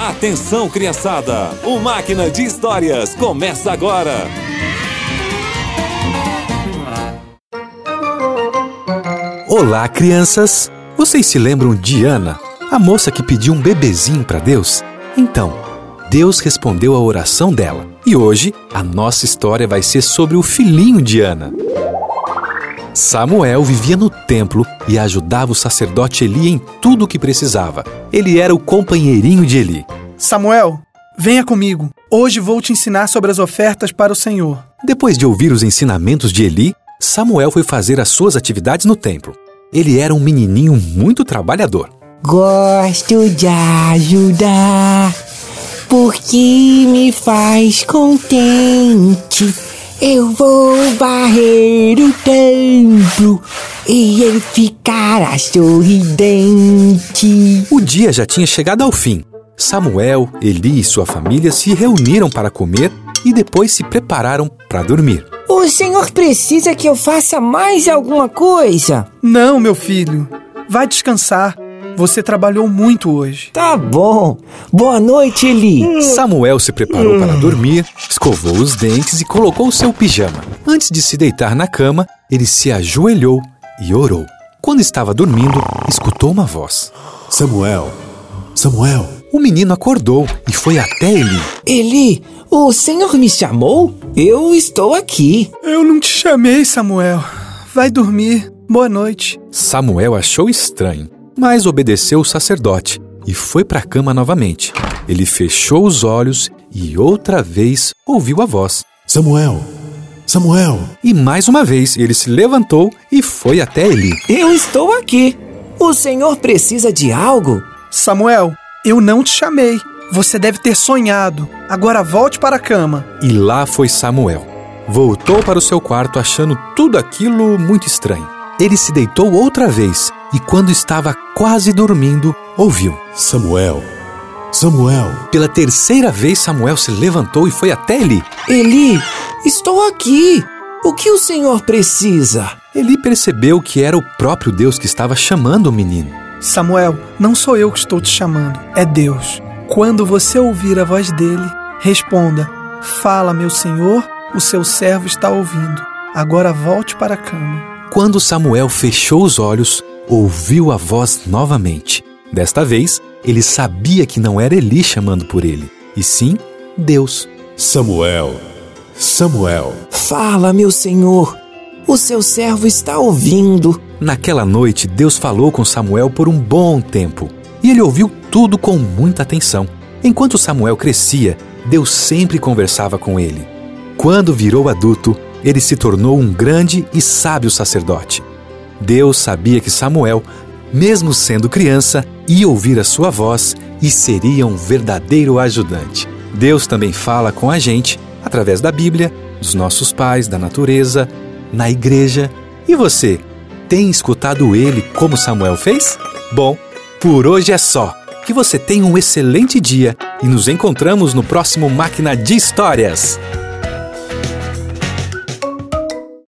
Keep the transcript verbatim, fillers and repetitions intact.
Atenção, criançada! O Máquina de Histórias começa agora! Olá, crianças! Vocês se lembram de Ana, a moça que pediu um bebezinho para Deus? Então, Deus respondeu a oração dela. E hoje, a nossa história vai ser sobre o filhinho de Ana. Samuel vivia no templo e ajudava o sacerdote Eli em tudo o que precisava. Ele era o companheirinho de Eli. Samuel, venha comigo. Hoje vou te ensinar sobre as ofertas para o Senhor. Depois de ouvir os ensinamentos de Eli, Samuel foi fazer as suas atividades no templo. Ele era um menininho muito trabalhador. Gosto de ajudar, porque me faz contente. Eu vou varrer o templo e ele ficará sorridente. O dia já tinha chegado ao fim. Samuel, Eli e sua família se reuniram para comer e depois se prepararam para dormir. O senhor precisa que eu faça mais alguma coisa? Não, meu filho. Vai descansar. Você trabalhou muito hoje. Tá bom. Boa noite, Eli. Samuel se preparou para dormir, escovou os dentes e colocou o seu pijama. Antes de se deitar na cama, ele se ajoelhou e orou. Quando estava dormindo, escutou uma voz. Samuel, Samuel. O menino acordou e foi até Eli. Eli, o senhor me chamou? Eu estou aqui. Eu não te chamei, Samuel. Vai dormir. Boa noite. Samuel achou estranho, mas obedeceu o sacerdote e foi para a cama novamente. Ele fechou os olhos e outra vez ouviu a voz. Samuel, Samuel. E mais uma vez ele se levantou e foi até Eli. Eu estou aqui. O senhor precisa de algo? Samuel, eu não te chamei. Você deve ter sonhado. Agora volte para a cama. E lá foi Samuel. Voltou para o seu quarto achando tudo aquilo muito estranho. Ele se deitou outra vez e quando estava quase dormindo, ouviu. Samuel, Samuel. Pela terceira vez, Samuel se levantou e foi até Eli. Eli, estou aqui. O que o senhor precisa? Eli percebeu que era o próprio Deus que estava chamando o menino. Samuel, não sou eu que estou te chamando, é Deus. Quando você ouvir a voz dele, responda: fala, meu senhor, o seu servo está ouvindo. Agora volte para a cama. Quando Samuel fechou os olhos, ouviu a voz novamente. Desta vez, ele sabia que não era Eli chamando por ele, e sim Deus. Samuel, Samuel. Fala, meu senhor, o seu servo está ouvindo. Naquela noite, Deus falou com Samuel por um bom tempo, e ele ouviu tudo com muita atenção. Enquanto Samuel crescia, Deus sempre conversava com ele. Quando virou adulto, ele se tornou um grande e sábio sacerdote. Deus sabia que Samuel, mesmo sendo criança, ia ouvir a sua voz e seria um verdadeiro ajudante. Deus também fala com a gente através da Bíblia, dos nossos pais, da natureza, na igreja. E você, tem escutado ele como Samuel fez? Bom, por hoje é só. Que você tenha um excelente dia e nos encontramos no próximo Máquina de Histórias.